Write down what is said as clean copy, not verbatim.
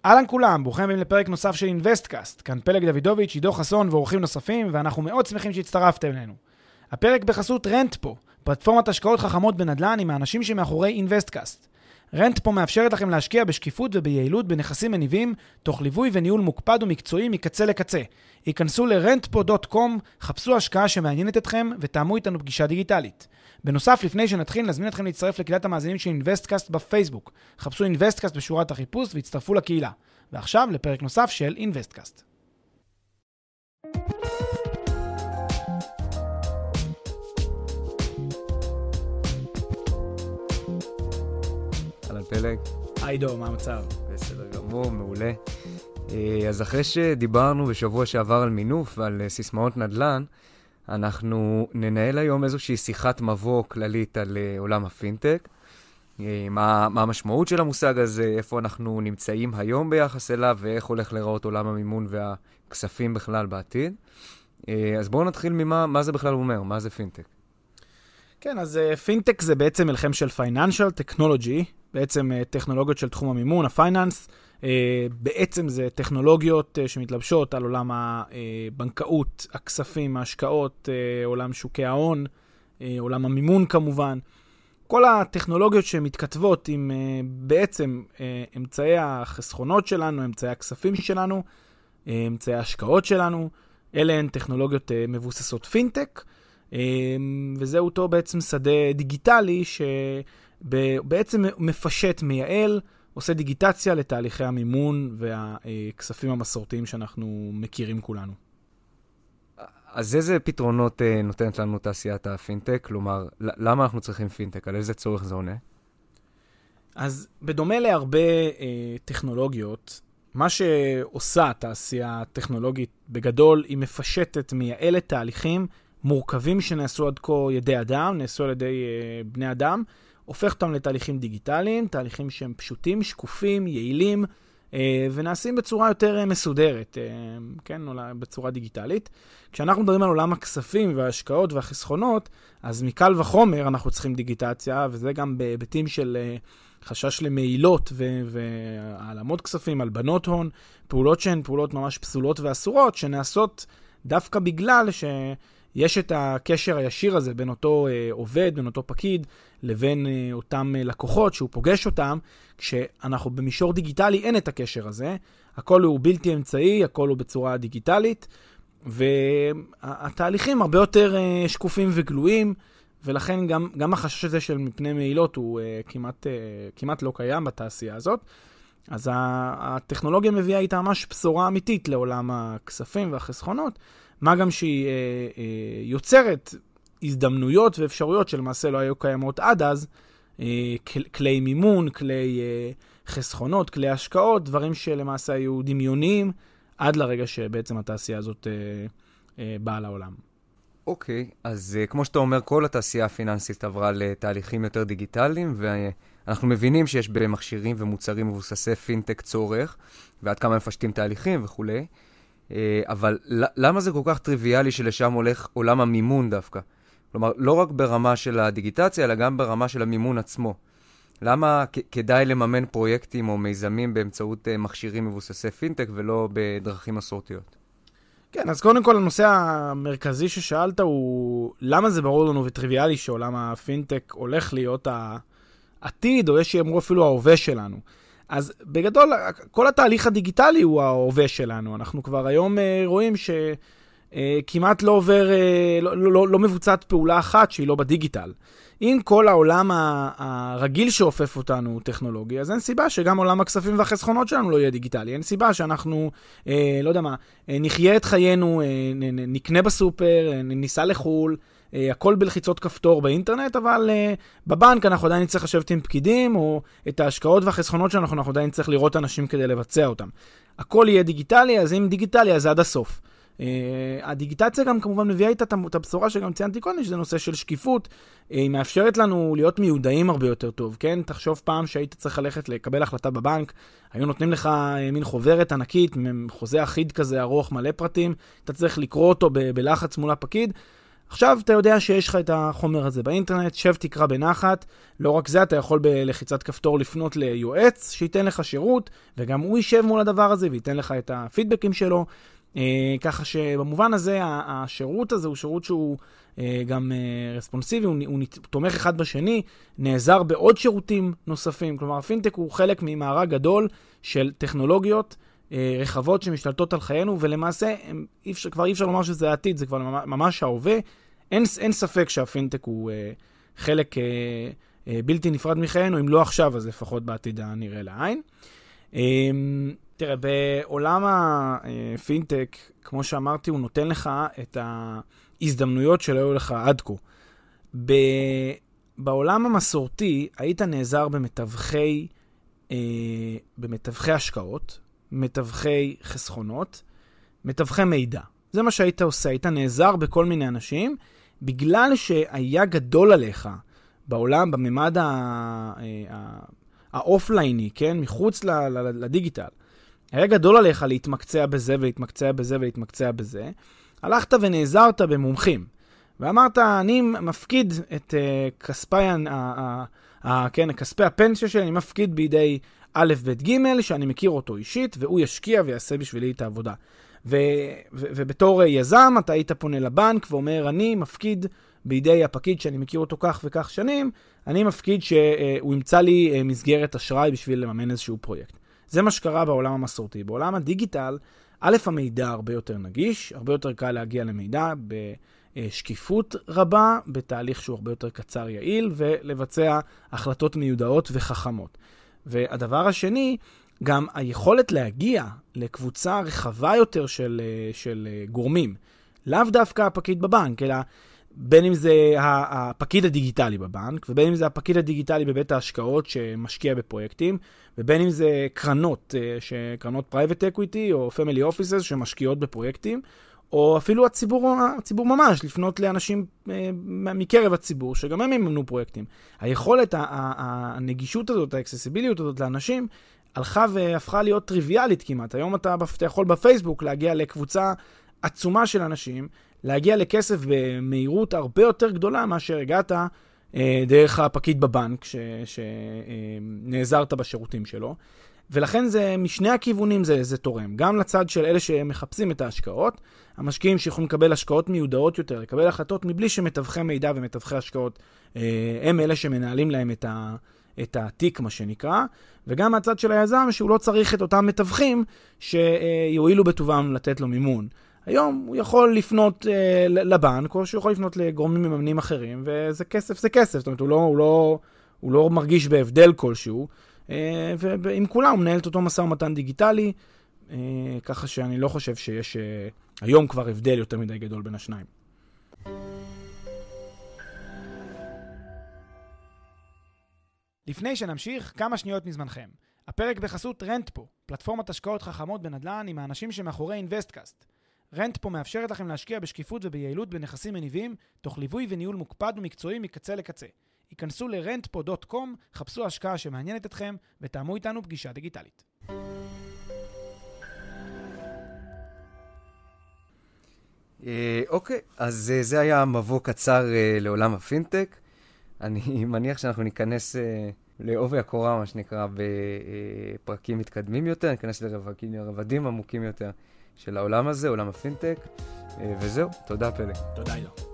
אהלן כולם, ברוכים הבאים לפרק נוסף של אינבסטקאסט. כאן פלג דוידוביץ', עידו חסון ואורחים נוספים, ואנחנו מאוד שמחים שהצטרפתם אלינו. הפרק בחסות רנטפו, פלטפורמת השקעות חכמות בנדל"ן עם האנשים שמאחורי אינבסטקאסט. רנטפו מאפשרת לכם להשקיע בשקיפות וביעילות בנכסים מניבים, תוך ליווי וניהול מוקפד ומקצועי מקצה לקצה. היכנסו ל-rentpo.com, חפשו השקעה שמעניינת אתכם ותאמו איתנו פגישה דיגיטלית. בנוסף, לפני שנתחיל, נזמין אתכם להצטרף לקהילת המאזינים של אינבסטקאסט בפייסבוק. חפשו אינבסטקאסט בשורת החיפוש והצטרפו לקהילה. ועכשיו לפרק נוסף של אינבסטקאסט. אהלן פלג. היי דו, מה המצב? בסדר גמור, מעולה. אז אחרי שדיברנו בשבוע שעבר על מינוף ועל סיסמאות נדל"ן, אנחנו ננהל היום איזושהי שיחת מבוא כללית על עולם הפינטק. מה המשמעות של המושג הזה, איפה אנחנו נמצאים היום ביחס אליו, ואיך הולך להיראות עולם המימון והכספים בכלל בעתיד. אז בואו נתחיל מה זה בכלל אומר, מה זה פינטק. כן, אז פינטק זה בעצם מלחם של פייננשל טכנולוגי, בעצם טכנולוגיות של תחום המימון, הפייננס. בעצם זה טכנולוגיות שמתלבשות על עולם הבנקאות, הכספים, ההשקעות, עולם שוקי ההון, עולם המימון כמובן. כל הטכנולוגיות שמתכתבות עם בעצם אמצעי החסכונות שלנו, אמצעי הכספים שלנו, אמצעי ההשקעות שלנו, אלה הן טכנולוגיות מבוססות פינטק, וזה אותו בעצם שדה דיגיטלי שבעצם מפשט, מייעל, עושה דיגיטציה לתהליכי המימון והכספים המסורתיים שאנחנו מכירים כולנו. אז איזה פתרונות נותנת לנו תעשיית הפינטק? כלומר, למה אנחנו צריכים פינטק? על איזה צורך זה עונה? אז בדומה להרבה טכנולוגיות, מה שעושה תעשייה טכנולוגית בגדול, היא מפשטת, מייעלת תהליכים מורכבים שנעשו עד כה ידי אדם, נעשו על ידי בני אדם, הופך אותם לתהליכים דיגיטליים, תהליכים שהם פשוטים, שקופים, יעילים, ונעשים בצורה יותר מסודרת, כן, בצורה דיגיטלית. כשאנחנו מדברים על עולם הכספים וההשקעות והחסכונות, אז מקל וחומר אנחנו צריכים דיגיטציה, וזה גם בהיבטים של חשש למעילות והעלמות כספים, הלבנות הון, פעולות שהן פעולות ממש פסולות ואסורות, שנעשות דווקא בגלל יש את הקשר הישיר הזה בין אותו עובד, בין אותו פקיד, לבין אותם לקוחות שהוא פוגש אותם, כשאנחנו במישור דיגיטלי אין את הקשר הזה, הכל הוא בלתי אמצעי, הכל הוא בצורה דיגיטלית, והתהליכים הרבה יותר שקופים וגלויים, ולכן גם החשש הזה של מפני מעילות הוא כמעט לא קיים בתעשייה הזאת. אז הטכנולוגיה מביאה איתה ממש בשורה אמיתית לעולם הכספים והחסכונות, מה גם שהיא יוצרת הזדמנויות ואפשרויות שלמעשה לא היו קיימות עד אז, כלי מימון, כלי חסכונות, כלי השקעות, דברים שלמעשה היו דמיוניים, עד לרגע שבעצם התעשייה הזאת באה לעולם. אוקיי, אז כמו שאתה אומר, כל התעשייה הפיננסית עברה לתהליכים יותר דיגיטליים, ואנחנו מבינים שיש במכשירים ומוצרים מבוססי פינטק צורך, ועד כמה מפשטים תהליכים וכו'. אבל למה זה כל כך טריוויאלי שלשם הולך עולם המימון דווקא? כלומר, לא רק ברמה של הדיגיטציה, אלא גם ברמה של המימון עצמו. למה כדאי לממן פרויקטים או מיזמים באמצעות מכשירים מבוססי פינטק ולא בדרכים מסורתיות? כן, אז קודם כל הנושא המרכזי ששאלת הוא למה זה ברור לנו וטריוויאלי שעולם הפינטק הולך להיות העתיד, או יש שיאמרו אפילו ההווה שלנו. אז בגדול, כל התהליך הדיגיטלי הוא ההווה שלנו. אנחנו כבר היום רואים שכמעט לא עובר, לא מבוצעת פעולה אחת שהיא לא בדיגיטל. אם כל העולם הרגיל שאופף אותנו טכנולוגי, אז אין סיבה שגם עולם הכספים והחסכונות שלנו לא יהיה דיגיטלי. אין סיבה שאנחנו, לא יודע מה, נחיה את חיינו, נקנה בסופר, ניסע לחול, הכל בלחיצות כפתור באינטרנט, אבל בבנק אנחנו עדיין נצטרך לשבת עם פקידים, או את ההשקעות והחסכונות שלנו אנחנו עדיין נצטרך לראות אנשים כדי לבצע אותם. הכל יהיה דיגיטלי, אז אם דיגיטלי, אז זה עד הסוף. הדיגיטציה גם כמובן מביאה איתה את הבשורה שגם ציינתי קודם, שזה נושא של שקיפות, היא מאפשרת לנו להיות מיודעים הרבה יותר טוב, כן? תחשוב פעם שהיית צריך ללכת לקבל החלטה בבנק, היו נותנים לך מין חוברת ענקית, חוזה אחיד כזה ארוך מלא פרטים, אתה צריך לקרוא אותו בלחץ מול הפקיד, עכשיו אתה יודע שיש לך את החומר הזה באינטרנט, שב תקרא בנחת, לא רק זה, אתה יכול בלחיצת כפתור לפנות ליועץ שייתן לך שירות, וגם הוא יישב מול הדבר הזה וייתן לך את הפידבקים שלו, ככה שבמובן הזה השירות הזה הוא שירות שהוא גם רספונסיבי, הוא תומך אחד בשני, נעזר בעוד שירותים נוספים, כלומר הפינטק הוא חלק ממארג גדול של טכנולוגיות רחבות שמשתלטות על חיינו, ולמעשה כבר אי אפשר לומר שזה העתיד, זה כבר ממש ההווה. אין ספק שהפינטק הוא חלק בלתי נפרד מחיינו, אם לא עכשיו, אז לפחות בעתיד הנראה לעין. תראה, בעולם הפינטק, כמו שאמרתי, הוא נותן לך את ההזדמנויות שלא היו לך עד כה. בעולם המסורתי, היית נעזר במתווכי השקעות, מתווכי חסכונות, מתווכי מידע. זה מה שהיית עושה, היית נעזר בכל מיני אנשים, בגלל שהיה גדול עליך בעולם, בממד האופלייני, כן? מחוץ לדיגיטל. היה גדול עליך להתמקצע בזה ולהתמקצע בזה ולהתמקצע בזה. הלכת ונעזרת במומחים. ואמרת, אני מפקיד את כספי הפנסיה שלי, אני מפקיד בידי א' ב' ג' שאני מכיר אותו אישית, והוא ישקיע ויעשה בשבילי את העבודה. ובתור יזם, אתה היית פונה לבנק ואומר, אני מפקיד בידי הפקיד שאני מכיר אותו כך וכך שנים, אני מפקיד שהוא ימצא לי מסגרת אשראי בשביל לממן איזשהו פרויקט. זה מה שקרה בעולם המסורתי. בעולם הדיגיטל, א', המידע הרבה יותר נגיש, הרבה יותר קל להגיע למידע בשקיפות רבה, בתהליך שהוא הרבה יותר קצר יעיל, ולבצע החלטות מיודעות וחכמות. והדבר השני, גם היכולת להגיע לקבוצה רחבה יותר של גורמים, לאו דווקא הפקיד בבנק, אלא בין אם זה הפקיד הדיגיטלי בבנק, ובין אם זה הפקיד הדיגיטלי בבית ההשקעות שמשקיע בפרויקטים, ובין אם זה קרנות פרייבט אקוויטי או פמילי אופיסס שמשקיעות בפרויקטים, או אפילו הציבור ממש, לפנות לאנשים מקרב הציבור, שגם הם יממנו פרויקטים. היכולת, הנגישות הזאת, האקססיביליות הזאת לאנשים, הלכה והפכה להיות טריוויאלית כמעט. היום אתה יכול בפייסבוק להגיע לקבוצה עצומה של אנשים, להגיע לכסף במהירות הרבה יותר גדולה מאשר הגעת דרך הפקיד בבנק שנעזרת בשירותים שלו. ולכן זה משני הכיוונים זה תורם. גם לצד של אלה שמחפשים את ההשקעות, המשקיעים שיכולים לקבל השקעות מיודעות יותר, לקבל החלטות מבלי שמתווכי מידע ומתווכי השקעות הם אלה שמנהלים להם את התיק, מה שנקרא, וגם מהצד של היזם שהוא לא צריך את אותם מתווכים שיועילו בטובם לתת לו מימון. היום הוא יכול לפנות לבנק, או שהוא יכול לפנות לגורמים מממנים אחרים, וזה כסף זה כסף, זאת אומרת, הוא לא מרגיש בהבדל כלשהו, ועם כולם הוא מנהל את אותו משא ומתן דיגיטלי, ככה שאני לא חושב שיש היום כבר הבדל יותר מדי גדול בין השניים. לפני שנמשיך, כמה שניות מזמנכם. הפרק בחסות רנטפו, פלטפורמת השקעות חכמות בנדל"ן עם האנשים שמאחורי אינבסטקאסט. רנטפו מאפשרת לכם להשקיע בשקיפות וביעילות בנכסים מניבים, תוך ליווי וניהול מוקפד ומקצועי מקצה לקצה. היכנסו ל-rentpo.com, חפשו השקעה שמעניינת אתכם ותאמו איתנו פגישה דיגיטלית. אוקיי, אז זה היה מבוא קצר לעולם הפינטק. אני מניח שאנחנו ניכנס לעובי הקורה, מה שנקרא, בפרקים מתקדמים יותר, ניכנס לרבדים עמוקים יותר של העולם הזה, עולם הפינטק. וזהו, תודה פלא. תודה אילו.